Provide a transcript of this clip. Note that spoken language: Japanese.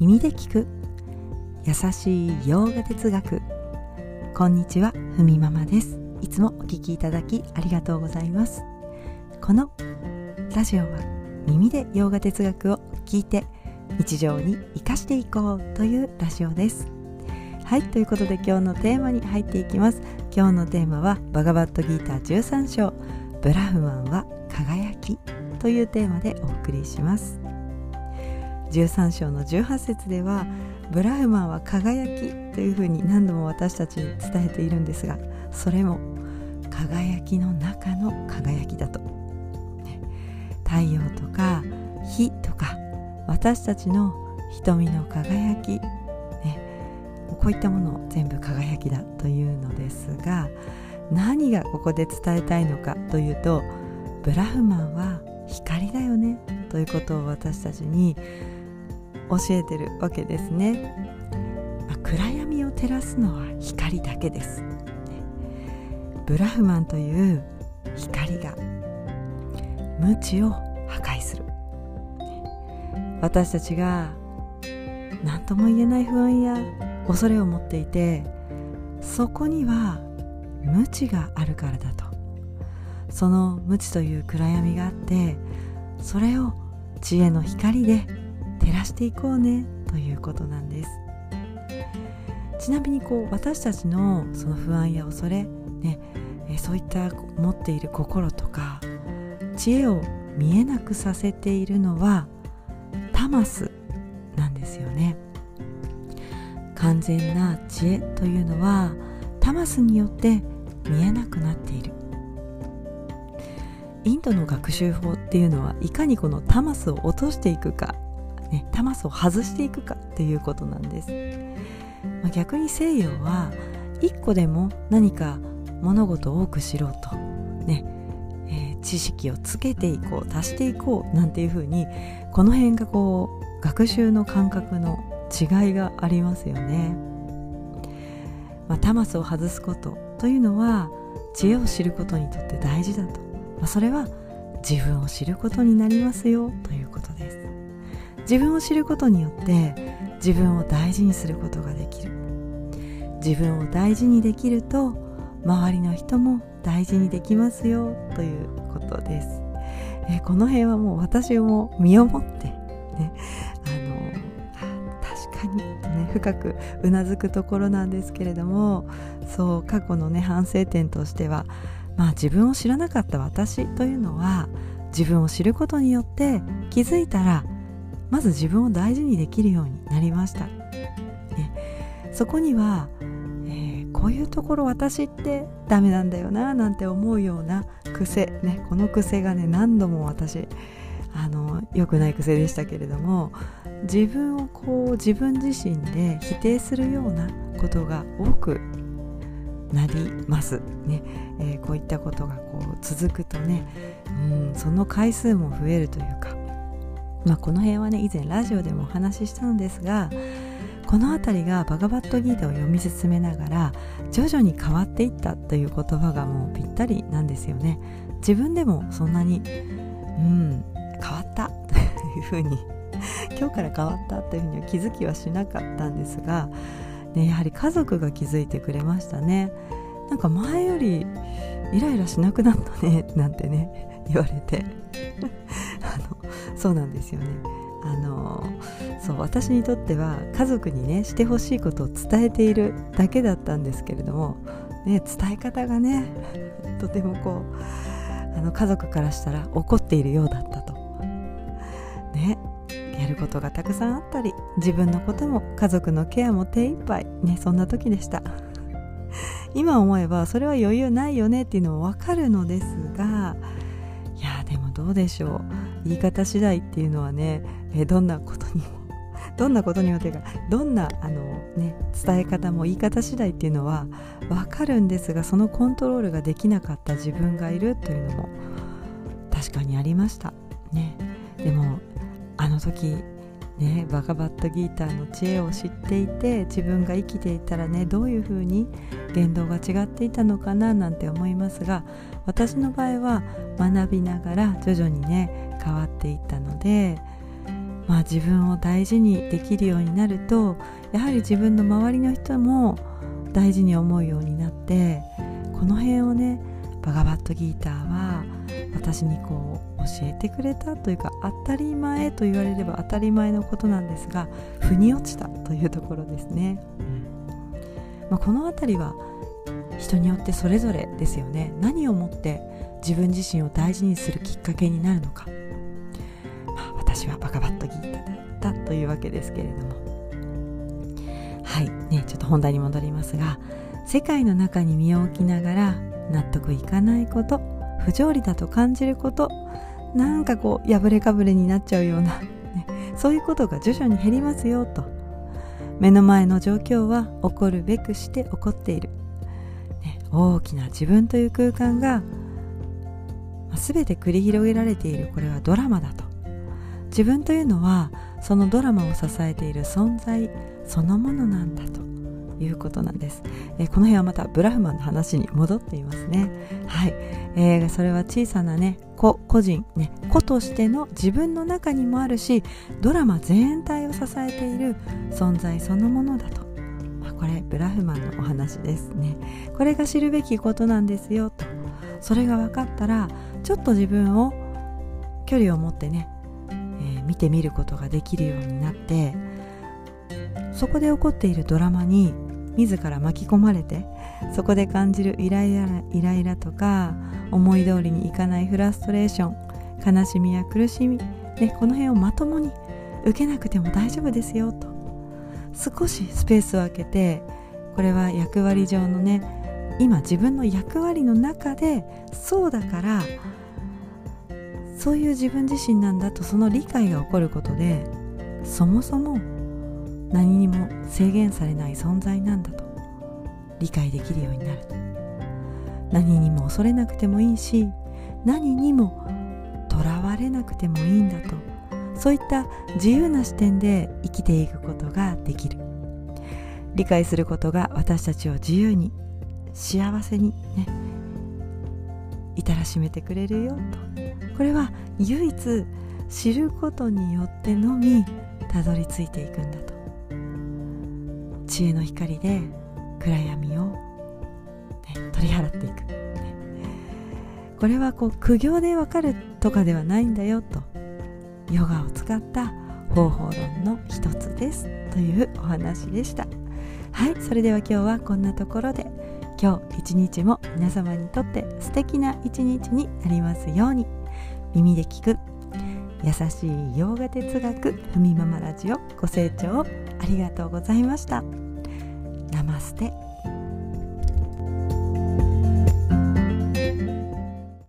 耳で聞く優しい洋画哲学。こんにちは、ふみママです。いつもお聞きいただきありがとうございます。このラジオは耳で洋画哲学を聞いて日常に生かしていこうというラジオです。はい、ということで今日のテーマに入っていきます。今日のテーマはバガバットギーター13章ブラフマンは輝きというテーマでお送りします。13章の18節ではブラフマンは輝きというふうに何度も私たちに伝えているんですが、それも輝きの中の輝きだと、太陽とか火とか私たちの瞳の輝き、こういったものを全部輝きだというのですが、何がここで伝えたいのかというと、ブラフマンは光だよねということを私たちに教えてるわけですね。暗闇を照らすのは光だけです。ブラフマンという光が無知を破壊する。私たちが何とも言えない不安や恐れを持っていて、そこには無知があるからだと。その無知という暗闇があって、それを知恵の光で照らしていこうねということなんです。ちなみに私たちのその不安や恐れ、そういった持っている心とか知恵を見えなくさせているのはタマスなんですよね。完全な知恵というのはタマスによって見えなくなっている。インドの学習法っていうのはいかにこのタマスを落としていくか、タマスを外していくかっていうことなんです。逆に西洋は一個でも何か物事を多く知ろうと、知識をつけていこう、足していこうなんていうふうに、この辺が学習の感覚の違いがありますよね。タマスを外すことというのは知恵を知ることにとって大事だと、それは自分を知ることになりますよということです。自分を知ることによって自分を大事にすることができる。自分を大事にできると周りの人も大事にできますよということです。この辺はもう私も身をもって確かに深くうなずくところなんですけれども、そう過去の反省点としては、自分を知らなかった私というのは自分を知ることによって気づいたらまず自分を大事にできるようになりました。そこには、こういうところ私ってダメなんだよななんて思うような癖、この癖が何度も私良くない癖でしたけれども、自分を自分自身で否定するようなことが多くなりますね。こういったことが続くとその回数も増えるというか、この辺は以前ラジオでもお話ししたのですが、このあたりがバガバットギータを読み進めながら徐々に変わっていったという言葉がもうぴったりなんですよね。自分でもそんなに変わったというふうに今日から変わったというふうには気づきはしなかったんですが、やはり家族が気づいてくれましたね。前よりイライラしなくなったねなんて言われてそうなんですよね。そう私にとっては家族にしてほしいことを伝えているだけだったんですけれども、伝え方がとても家族からしたら怒っているようだったと、やることがたくさんあったり、自分のことも家族のケアも手一杯そんな時でした。今思えばそれは余裕ないよねっていうのもわかるのですが、いやでもどうでしょう、言い方次第っていうのはどんなことにもというか、どんな伝え方も言い方次第っていうのはわかるんですが、そのコントロールができなかった自分がいるというのも確かにありましたでもあの時バガバットギーターの知恵を知っていて、自分が生きていたらどういうふうに言動が違っていたのかななんて思いますが、私の場合は学びながら徐々に変わっていったので、 自分を大事にできるようになると、やはり自分の周りの人も大事に思うようになって、この辺をねバガバットギーターは私に教えてくれたというか、当たり前と言われれば当たり前のことなんですが、腑に落ちたというところですね。このあたりは人によってそれぞれですよね。何をもって自分自身を大事にするきっかけになるのか、私はバガバットギーターだったというわけですけれども、ちょっと本題に戻りますが、世界の中に身を置きながら納得いかないこと、不条理だと感じること、なんか破れかぶれになっちゃうような、そういうことが徐々に減りますよと。目の前の状況は起こるべくして起こっている、大きな自分という空間が全て繰り広げられている、これはドラマだと。自分というのはそのドラマを支えている存在そのものなんだということなんです。この辺はまたブラフマンの話に戻っていますね。それは小さな個人個としての自分の中にもあるし、ドラマ全体を支えている存在そのものだと。これブラフマンのお話ですね。これが知るべきことなんですよと。それが分かったら、ちょっと自分を距離を持って見てみることができるようになって、そこで起こっているドラマに自ら巻き込まれて、そこで感じるイライラとか、思い通りにいかないフラストレーション、悲しみや苦しみ、この辺をまともに受けなくても大丈夫ですよと。少しスペースを空けて、これは役割上の今自分の役割の中でそうだから、そういう自分自身なんだと、その理解が起こることで、そもそも何にも制限されない存在なんだと理解できるようになる。何にも恐れなくてもいいし、何にもとらわれなくてもいいんだと、そういった自由な視点で生きていくことができる。理解することが私たちを自由に幸せに至らしめてくれるよと。これは唯一知ることによってのみたどり着いていくんだと。知恵の光で暗闇を、取り払っていく、これは苦行でわかるとかではないんだよと。ヨガを使った方法論の一つですというお話でした。それでは今日はこんなところで、今日一日も皆様にとって素敵な一日になりますように。耳で聞く優しいヨガ哲学ふみママラジオ、ご清聴ありがとうございました。ナマステ。